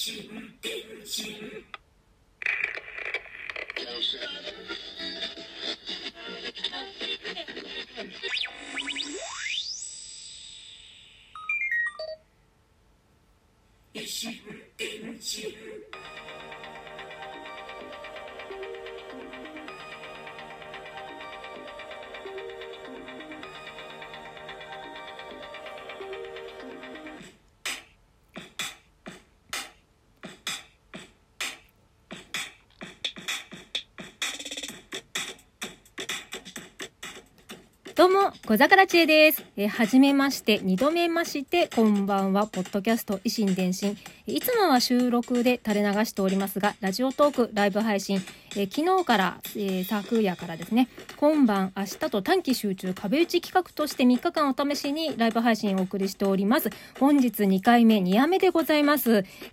どうも小桜知恵です。はじめまして2度目ましてこんばんは。ポッドキャスト維新伝心、いつもは収録で垂れ流しておりますが、ラジオトークライブ配信、昨日から、昨夜からですね、今晩明日と短期集中壁打ち企画として3日間お試しにライブ配信をお送りしております。本日2回目2夜目でございます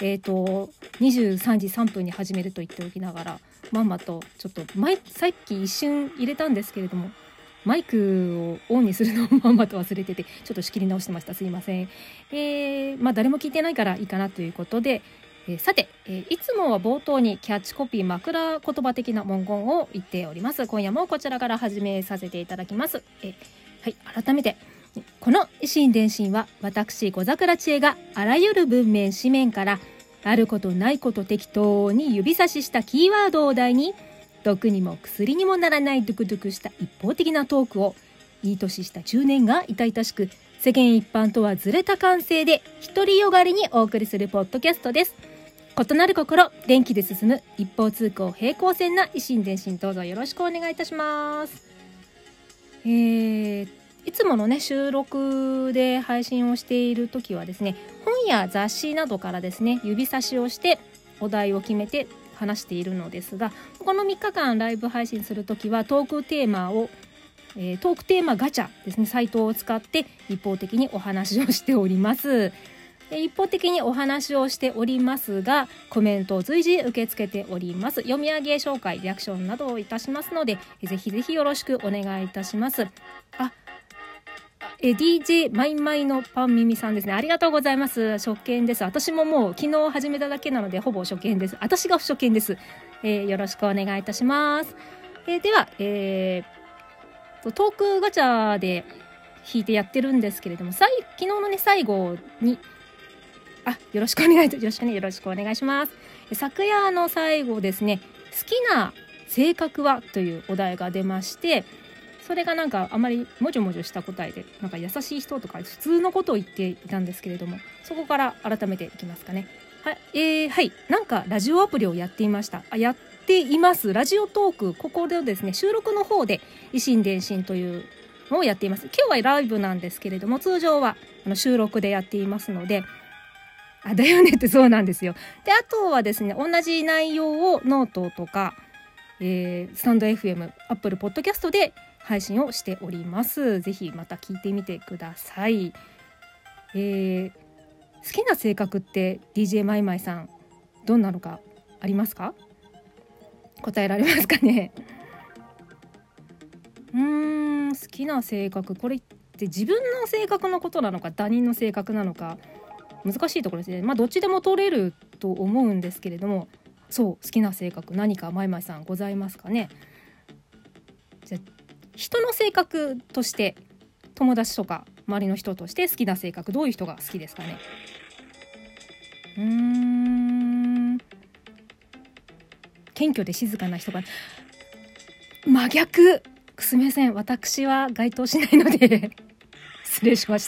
。23時3分に始めると言っておきながら、まんまとちょっとさっき一瞬入れたんですけれども、マイクをオンにするのをまんまと忘れてて、ちょっと仕切り直してました。すいません。誰も聞いてないからいいかなということで、さて、いつもは冒頭にキャッチコピー枕言葉的な文言を言っております。今夜もこちらから始めさせていただきます。はい、改めてこの維新伝心は、私小桜知恵があらゆる文面紙面からあることないこと適当に指差ししたキーワードを題に、毒にも薬にもならないドゥクドゥクした一方的なトークを、いい年した中年が痛々しく世間一般とはずれた感性で独りよがりにお送りするポッドキャストです。異なる心、電気で進む一方通行平行線な維新伝心、どうぞよろしくお願いいたします。いつものね収録で配信をしている時はですね、本や雑誌などからですね指差しをしてお題を決めて話しているのですが、この3日間ライブ配信するときはトークテーマガチャですね、サイトを使って一方的にお話をしております。一方的にお話をしておりますが、コメントを随時受け付けております。読み上げ紹介リアクションなどをいたしますので、ぜひぜひよろしくお願いいたします。DJ マイマイのパンミミさんですね、ありがとうございます。初見です。私ももう昨日始めただけなのでほぼ初見です。私が初見です。よろしくお願いいたします。では、トークガチャで引いてやってるんですけれども、昨日のね最後によろしくお願いします。昨夜の最後ですね、好きな性格はというお題が出まして、それがなんかあまりもじょもじょした答えで、なんか優しい人とか普通のことを言っていたんですけれども、そこから改めていきますかね。はい、なんかラジオアプリをやっていました。やっています。ラジオトーク、ここでですね収録の方で維新伝心というのをやっています。今日はライブなんですけれども、通常は収録でやっていますので、だよねってそうなんですよ。で、あとはですね、同じ内容をノートとか、スタンド FM、Apple Podcast で配信をしております。ぜひまた聞いてみてください。好きな性格って DJ マイマイさんどんなのかありますか？答えられますかね？好きな性格、これって自分の性格のことなのか他人の性格なのか難しいところですね。どっちでも取れると思うんですけれども、好きな性格何かマイマイさんございますかね？じゃあ人の性格として、友達とか周りの人として好きな性格、どういう人が好きですかね？謙虚で静かな人が真逆。すみません、私は該当しないので失礼しました。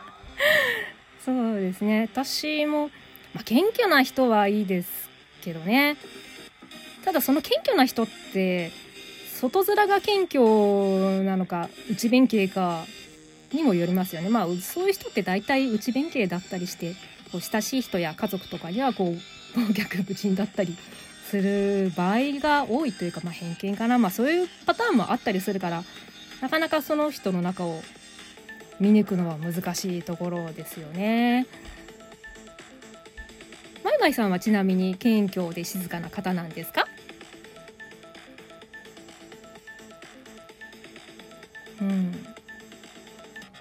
そうですね、私も、謙虚な人はいいですけどね。ただその謙虚な人って外面が謙虚なのか内弁慶かにもよりますよね。そういう人って大体内弁慶だったりして、親しい人や家族とかには暴虐無人だったりする場合が多いというか、偏見かな。そういうパターンもあったりするから、なかなかその人の中を見抜くのは難しいところですよね。マイマイさんはちなみに謙虚で静かな方なんですか？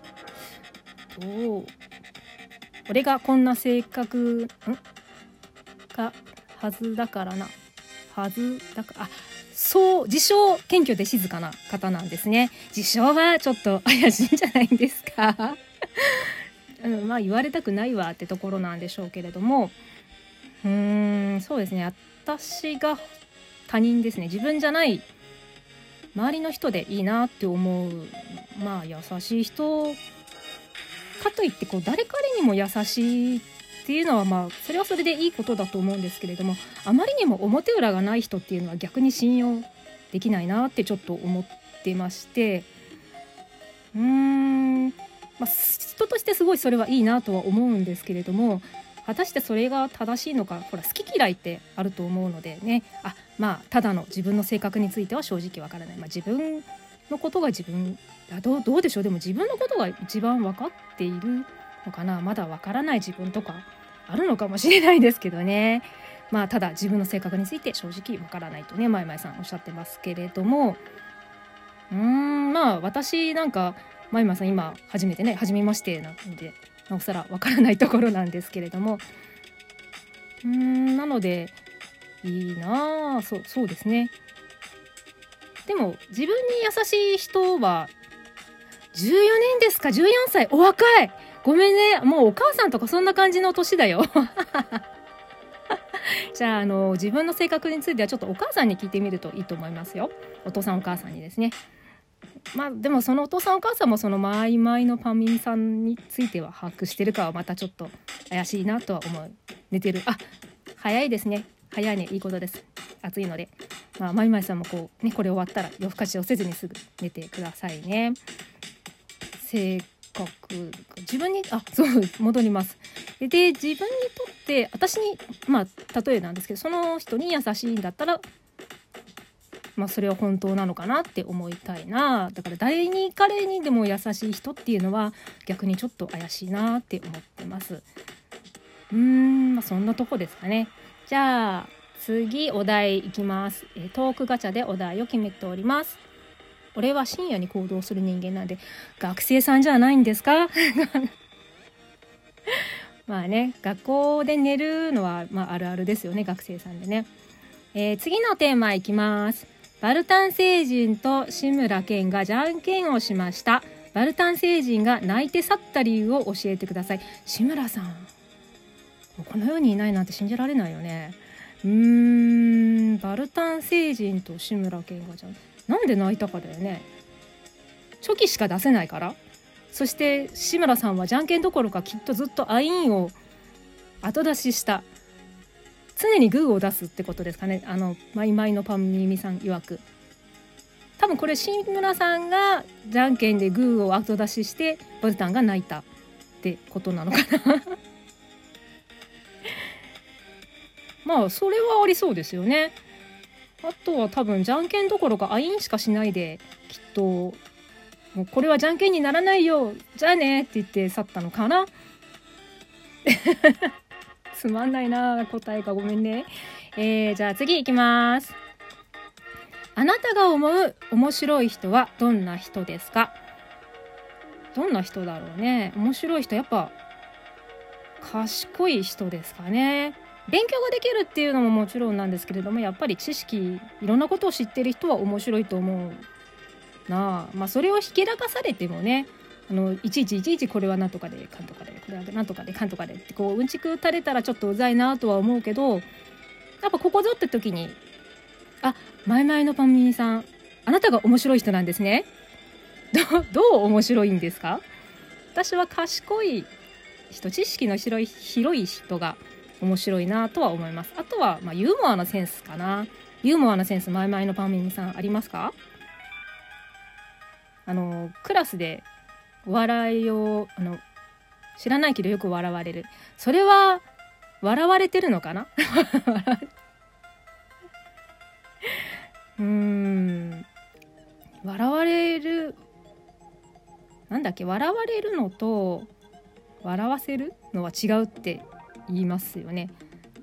俺がこんな性格たはずだからそう自称謙虚で静かな方なんですね。自称はちょっと怪しいんじゃないんですか言われたくないわってところなんでしょうけれども、そうですね、私が他人ですね、自分じゃない周りの人でいいなって思う、優しい人かといって誰彼にも優しいっていうのはそれはそれでいいことだと思うんですけれども、あまりにも表裏がない人っていうのは逆に信用できないなってちょっと思ってまして、人としてすごいそれはいいなとは思うんですけれども、果たしてそれが正しいのか、好き嫌いってあると思うのでね、ただの自分の性格については正直わからない、自分のことがどうでしょう。でも自分のことが一番分かっているのかな。まだわからない自分とかあるのかもしれないですけどね。ただ自分の性格について正直わからないとね、まいまいさんおっしゃってますけれども、私なんかまいまいさん今初めめましてなのでなおさらわからないところなんですけれども、なのでいいなあ。そうですね。でも自分に優しい人は14年ですか。14歳、お若い。ごめんね、もうお母さんとかそんな感じの年だよじゃあ、自分の性格についてはちょっとお母さんに聞いてみるといいと思いますよ。お父さんお母さんにですね。でもそのお父さんお母さんもそのマイマイのパンミンさんについては把握してるかはまたちょっと怪しいなとは思う。寝てる。早いですね。早いね、いいことです。暑いので、マイマイさんもこれ終わったら夜更かしをせずにすぐ寝てくださいね。性格自分に戻ります。で自分にとって私に例えなんですけど、その人に優しいんだったらそれは本当なのかなって思いたいな。だから誰に彼にでも優しい人っていうのは逆にちょっと怪しいなって思ってます。そんなとこですかね。じゃあ次お題いきます。トークガチャでお題を決めております。俺は深夜に行動する人間なんで、学生さんじゃないんですか学校で寝るのはあるあるですよね、学生さんでね。次のテーマいきます。バルタン星人と志村けんがじゃんけんをしました。バルタン星人が泣いて去った理由を教えてください。志村さんこの世にいないなんて信じられないよね。バルタン星人と志村けんがなんで泣いたかだよね。チョキしか出せないから。そして志村さんはじゃんけんどころかきっとずっとアインを後出しした。常にグーを出すってことですかね。マイマイのパンミミさん曰く。多分これ志村さんがじゃんけんでグーを後出ししてバルタンが泣いたってことなのかなそれはありそうですよね。あとは多分じゃんけんどころかアインしかしないで、きっともうこれはじゃんけんにならないよ、じゃあねって言って去ったのかなつまんないな答えが、ごめんね。じゃあ次行きます。あなたが思う面白い人はどんな人ですか。どんな人だろうね。面白い人、やっぱ賢い人ですかね。勉強ができるっていうのももちろんなんですけれども、やっぱり知識、いろんなことを知ってる人は面白いと思うな。それをひけらかされてもね、いちいちこれはなんとかでかんとかで、これはなんとかでかんとかでってうんちく垂れたらちょっとうざいなとは思うけど、やっぱここぞって時にマイマイのパンミニさん、あなたが面白い人なんですね。どう面白いんですか。私は賢い人、知識の広い人が面白いなとは思います。あとはユーモアのセンスかな。ユーモアのセンス、マイマイのパンミニさんありますか。クラスで笑いを知らないけどよく笑われる。それは笑われてるのかな笑われる、笑われるのと笑わせるのは違うって言いますよね。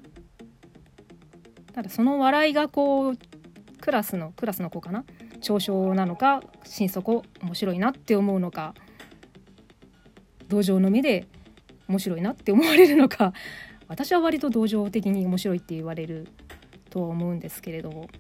ただその笑いがクラスの子かな、嘲笑なのか心底面白いなって思うのか、同情の目で面白いなって思われるのか私は割と同情的に面白いって言われるとは思うんですけれども、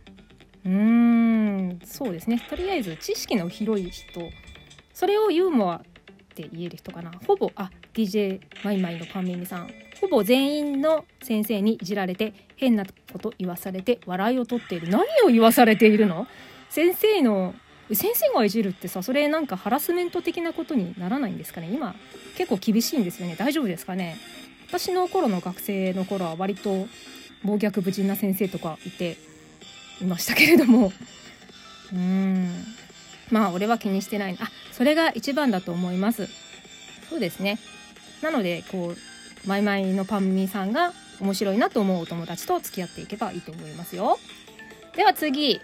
そうですね、とりあえず知識の広い人、それをユーモアって言える人かな。ほぼDJ マイマイのパンミミさん、ほぼ全員の先生にいじられて変なこと言わされて笑いを取っている。何を言わされているの？先生がいじるってさ、それなんかハラスメント的なことにならないんですかね。今結構厳しいんですよね。大丈夫ですかね。私の頃の学生の頃は割と暴虐無人な先生とかいましたけれども、まあ俺は気にしてない。それが一番だと思います。そうですね。なのでマイマイのパンミさんが面白いなと思うお友達と付き合っていけばいいと思いますよ。では次、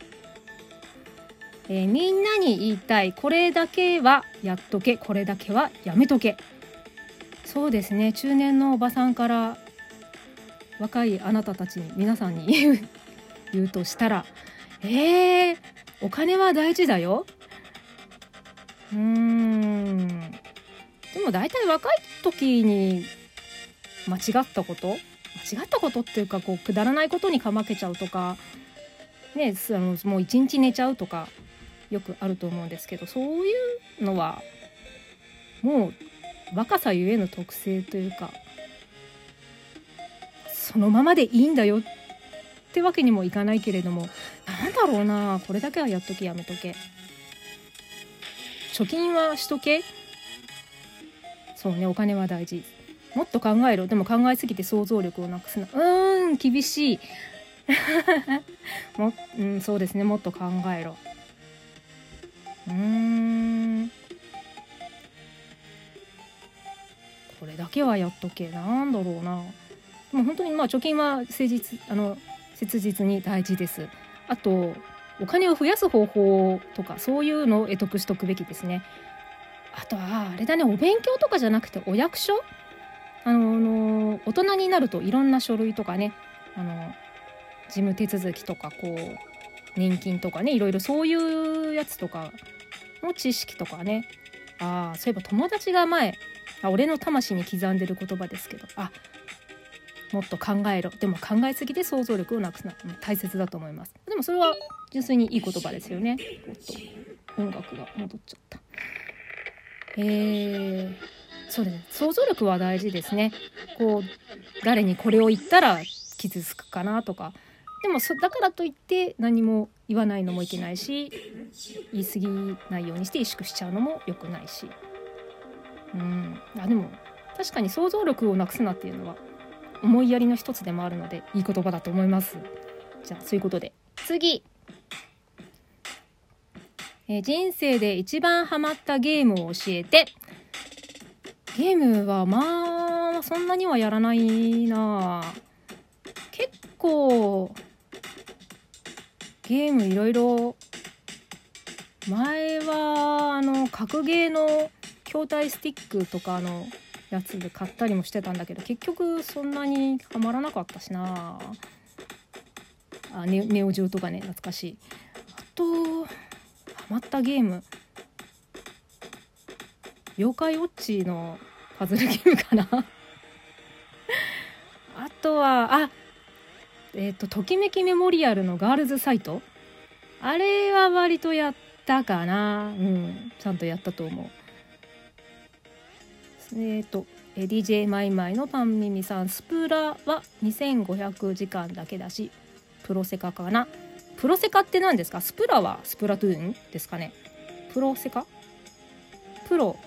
みんなに言いたい、これだけはやっとけ、これだけはやめとけ。そうですね、中年のおばさんから若いあなたたちに、皆さんに言うとしたら、お金は大事だよ。でも大体若い時に間違ったことっていうか、くだらないことにかまけちゃうとかね、もう一日寝ちゃうとかよくあると思うんですけど、そういうのはもう若さゆえの特性というか、そのままでいいんだよってわけにもいかないけれども、なんだろうな、これだけはやっとけやめとけ、貯金はしとけ。そうね、お金は大事。もっと考えろ。でも考えすぎて想像力をなくすな。厳しいそうですね、もっと考えろ。これだけはやっとけ。なんだろうな。でも本当に貯金は切実に大事です。あとお金を増やす方法とか、そういうのを得得しとくべきですね。あとはあれだね、お勉強とかじゃなくてお役所、大人になるといろんな書類とかね、事務手続きとか年金とかね、いろいろそういうやつとかの知識とかね。そういえば友達が前、俺の魂に刻んでる言葉ですけど、もっと考えろ。でも考えすぎて想像力をなくすな。大切だと思います。でもそれは純粋にいい言葉ですよね。音楽が戻っちゃった。そうですね、想像力は大事ですね。誰にこれを言ったら傷つくかなとか。でもだからといって何も言わないのもいけないし、言い過ぎないようにして萎縮しちゃうのも良くないし。でも確かに想像力をなくすなっていうのは思いやりの一つでもあるので、いい言葉だと思います。じゃあそういうことで次、人生で一番ハマったゲームを教えて。ゲームはそんなにはやらないな。結構ゲームいろいろ、前は格ゲーの筐体スティックとかのやつで買ったりもしてたんだけど、結局そんなにハマらなかったしな。ネオジオとかね、懐かしい。あとハマったゲーム、妖怪ウォッチのパズルゲームかなあとはときめきメモリアルのガールズサイト、あれは割とやったかな。ちゃんとやったと思う。DJ マイマイのパンミミさん、スプラは2500時間だけだしプロセカかな。プロセカって何ですか？スプラはスプラトゥーンですかね。プロセカ、プロ、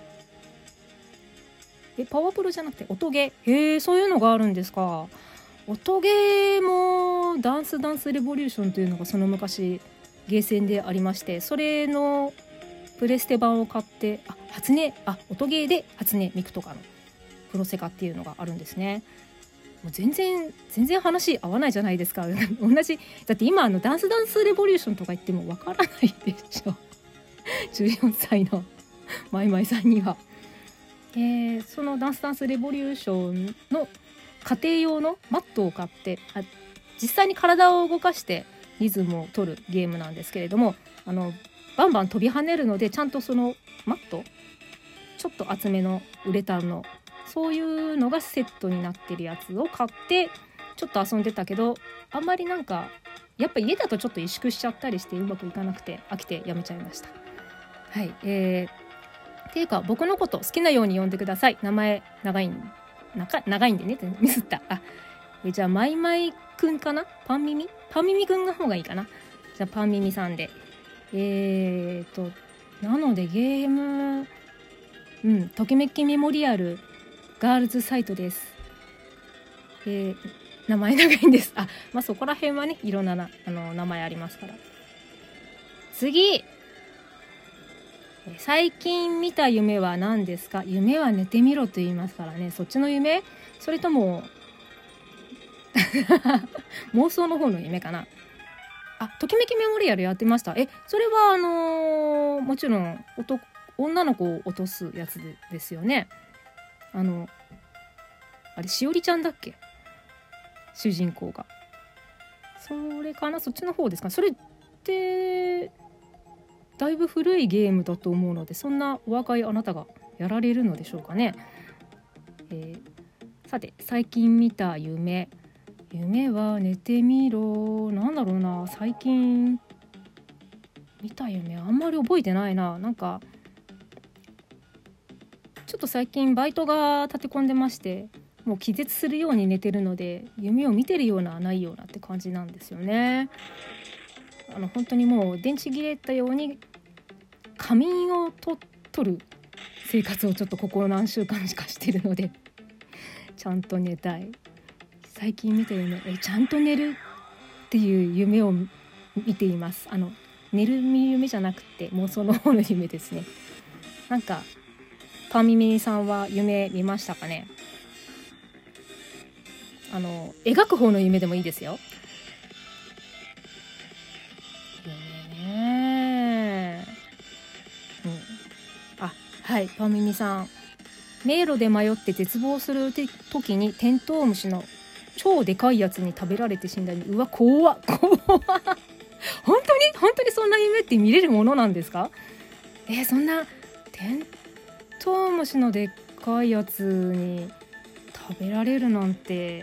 パワープロじゃなくて音ゲー。そういうのがあるんですか。音ゲーもダンスレボリューションというのがその昔ゲーセンでありまして、それのプレステ版を買って、音ゲーで初音ミクとかのプロセカっていうのがあるんですね。もう全然話合わないじゃないですか同じだって今ダンスレボリューションとか言ってもわからないでしょ14歳のマイマイさんには。そのダンスレボリューションの家庭用のマットを買って、実際に体を動かしてリズムを取るゲームなんですけれども、バンバン飛び跳ねるので、ちゃんとそのマット、ちょっと厚めのウレタンのそういうのがセットになってるやつを買ってちょっと遊んでたけど、あんまりなんかやっぱ家だとちょっと萎縮しちゃったりしてうまくいかなくて飽きてやめちゃいました。はい、っていうか僕のこと好きなように呼んでください。名前長いんでねってミスった。じゃあマイマイくんかな、パンミミくんの方がいいかな。じゃあパンミミさんで、なのでゲームときめきメモリアルガールズサイトです。名前長いんです。そこら辺はねいろんな名前ありますから。次、最近見た夢は何ですか。夢は寝てみろと言いますからね。そっちの夢、それとも妄想の方の夢かな。ときめきメモリアルやってました。それはもちろん女の子を落とすやつですよね。あれしおりちゃんだっけ、主人公が。それかな、そっちの方ですか。それってだいぶ古いゲームだと思うので、そんなお若いあなたがやられるのでしょうかね。さて、最近見た夢は寝てみろ。なんだろうな、最近見た夢あんまり覚えてないな。なんかちょっと最近バイトが立て込んでまして、もう気絶するように寝てるので夢を見てるようなないようなって感じなんですよね。本当にもう電池切れたように仮眠を取る生活をちょっとここ何週間しかしてるのでちゃんと寝たい。最近見た夢、ちゃんと寝るっていう夢を見ています。寝る夢じゃなくて妄想の方の夢ですね。なんかパンミミさんは夢見ましたかね。描く方の夢でもいいですよ。夢ね。はい、パンミミさん、迷路で迷って絶望する時にテントウムシの超でかいやつに食べられて死んだり。うわ、怖っ本当にそんな夢って見れるものなんですか。そんなテントウムシのでっかいやつに食べられるなんて、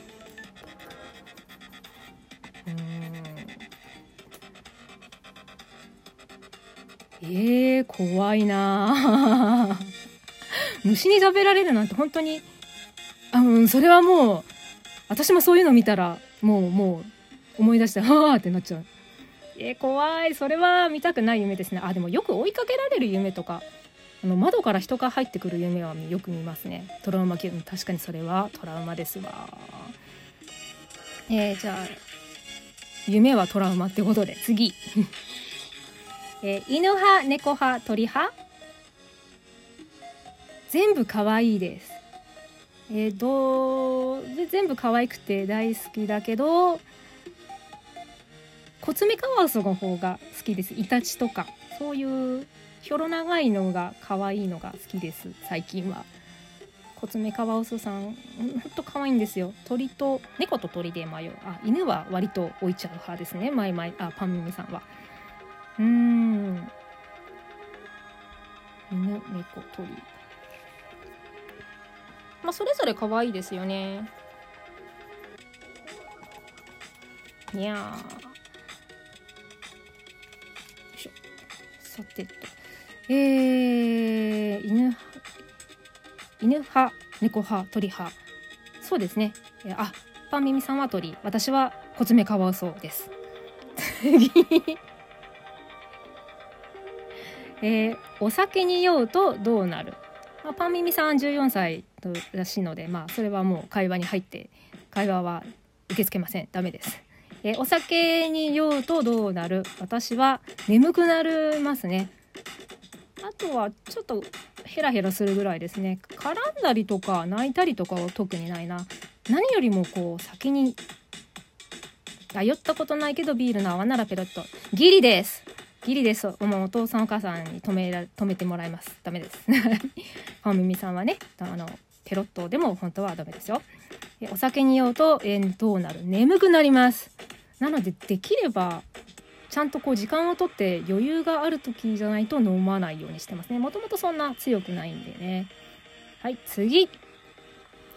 怖いな虫に食べられるなんて本当にそれはもう私もそういうの見たらもう思い出してはあってなっちゃう。怖い。それは見たくない夢ですね。でもよく追いかけられる夢とか窓から人が入ってくる夢はよく見ますね。トラウマ系。確かにそれはトラウマですわ。じゃあ夢はトラウマってことで次犬派、猫派、鳥派、全部可愛いです。全部可愛くて大好きだけどコツメカワウソの方が好きです。イタチとかそういうひょろ長いのが可愛いのが好きです。最近はコツメカワウソさんほんと可愛いんですよ。猫と鳥で迷う。犬は割と置いちゃう派ですね。パンミミさんは犬、猫、鳥、それぞれ可愛いですよね。にゃー。よいしょ。さてと犬派、猫派、鳥派。そうですね。パンミミさんは鳥、私はコツメカワウソです。次お酒に酔うとどうなる。パンミミさん14歳らしいので、それはもう会話に入って会話は受け付けません。ダメです。お酒に酔うとどうなる。私は眠くなりますね。あとはちょっとヘラヘラするぐらいですね。絡んだりとか泣いたりとかは特にないな。何よりも酒に酔ったことないけどビールの泡ならペロッと。ギリです。もうお父さんお母さんに止めてもらいます。ダメですパンミミさんはねペロッとでも本当はダメですよ。お酒に酔うと、どうなる。眠くなります。なのでできればちゃんと時間をとって余裕がある時じゃないと飲まないようにしてますね。もともとそんな強くないんでね。はい、次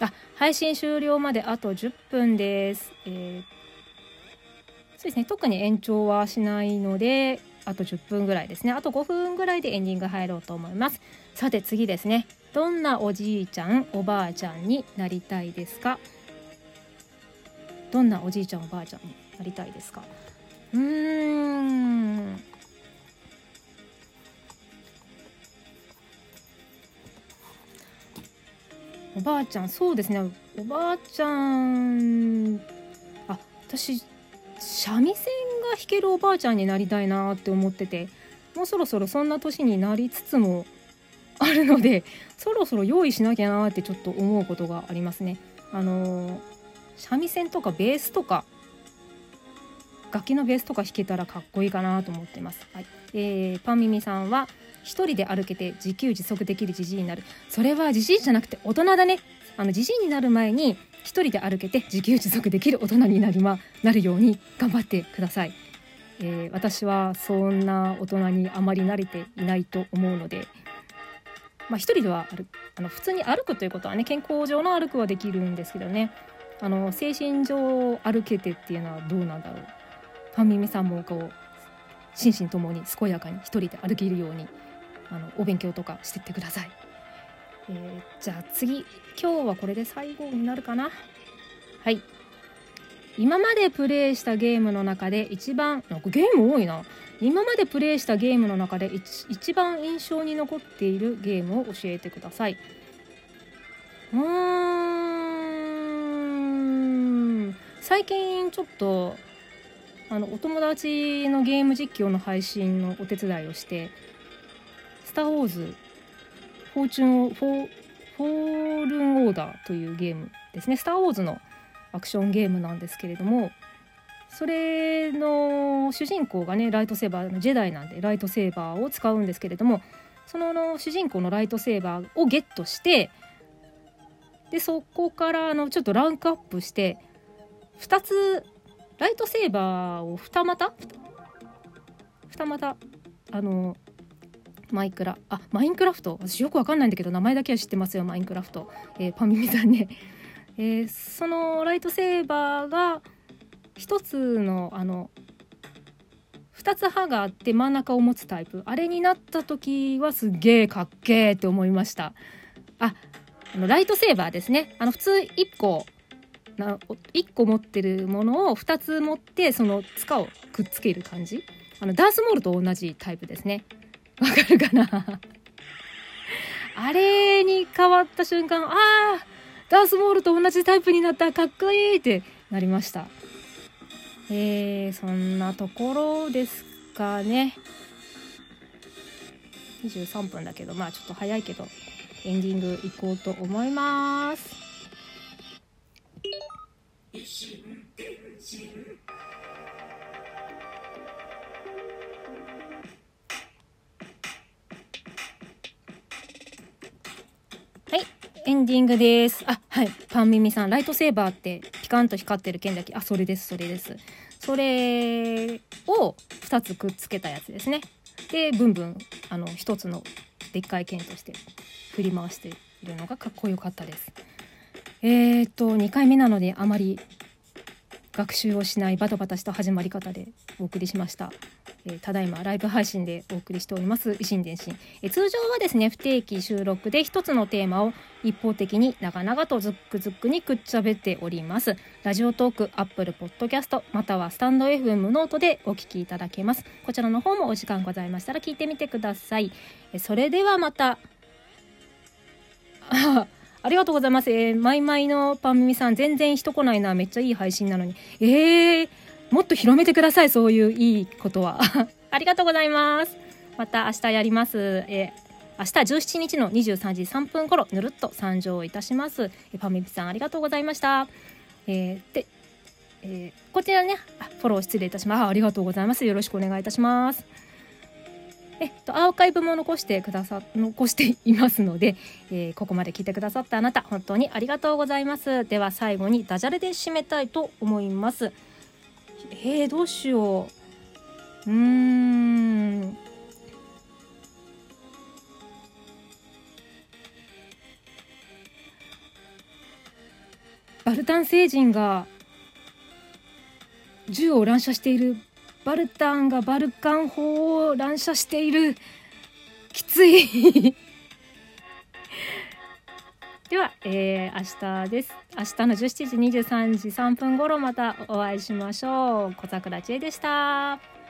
配信終了まであと10分です。そうですね、特に延長はしないのであと10分ぐらいですね。あと5分ぐらいでエンディング入ろうと思います。さて次ですね、どんなおじいちゃんおばあちゃんになりたいですか？どんなおじいちゃんおばあちゃんになりたいですか？おばあちゃん、そうですね、おばあちゃん、私三味線が弾けるおばあちゃんになりたいなって思ってて、もうそろそろそんな年になりつつもあるので、そろそろ用意しなきゃなってちょっと思うことがありますね。三味線とかベースとか楽器のベースとか弾けたらかっこいいかなと思ってます。はい。パンミミさんは一人で歩けて自給自足できるじじいになる。それはじじいじゃなくて大人だね。じじいになる前に一人で歩けて自給自足できる大人になるように頑張ってください。私はそんな大人にあまり慣れていないと思うので、一人では普通に歩くということはね、健康上の歩くはできるんですけどね、精神上歩けてっていうのはどうなんだろう。パンミミさんもこう心身ともに健やかに一人で歩けるようにお勉強とかしてってください。じゃあ次、今日はこれで最後になるかな。はい。今までプレイしたゲームの中で一番、なんかゲーム多いな。今までプレイしたゲームの中で一番印象に残っているゲームを教えてください。最近ちょっとお友達のゲーム実況の配信のお手伝いをして、スター・ウォーズフォールンオーダーというゲームですね。スター・ウォーズのアクションゲームなんですけれども、それの主人公がね、ライトセーバーのジェダイなんでライトセーバーを使うんですけれども、その主人公のライトセーバーをゲットして、でそこからちょっとランクアップして2つライトセーバーを二股マインクラフト、私よくわかんないんだけど名前だけは知ってますよ。マインクラフト、パンミミさんね、そのライトセーバーが一つの2つ刃があって真ん中を持つタイプ、あれになった時はすげえかっけーって思いました。ライトセーバーですね。普通1個持ってるものを2つ持ってその塚をくっつける感じ、ダースモールと同じタイプですね。わかるかなあれに変わった瞬間、ダースモールと同じタイプになった、かっこいいってなりました。そんなところですかね。23分だけど、ちょっと早いけどエンディング行こうと思います。はい、エンディングです。はい、パンミミさん、ライトセーバーってピカンと光ってる剣だけ、それです。それを2つくっつけたやつですね。でブンブン1つのでっかい剣として振り回しているのがかっこよかったです。2回目なのであまり学習をしないバタバタした始まり方でお送りしました。ただいまライブ配信でお送りしております維新伝心。通常はですね、不定期収録で一つのテーマを一方的に長々とズックズックにくっちゃべっております。ラジオトーク、アップルポッドキャスト、またはスタンド FM ノートでお聞きいただけます。こちらの方もお時間ございましたら聞いてみてください。それではまた。ありがとうございます。マイマイのパンミミさん、全然人来ないな、めっちゃいい配信なのに。もっと広めてください、そういういいことは。ありがとうございます。また明日やります。明日17日の23時3分頃、ぬるっと参上いたします。パンミミさん、ありがとうございました。こちらね、フォロー失礼いたします。ありがとうございます。よろしくお願いいたします。アーカイブも残していますので、ここまで聞いてくださったあなた、本当にありがとうございます。では最後にダジャレで締めたいと思います。どうしよう。 バルタン星人が銃を乱射している。バルタンがバルカン砲を乱射している。きついでは、明日です。明日の17時23時3分頃またお会いしましょう。小桜千恵でした。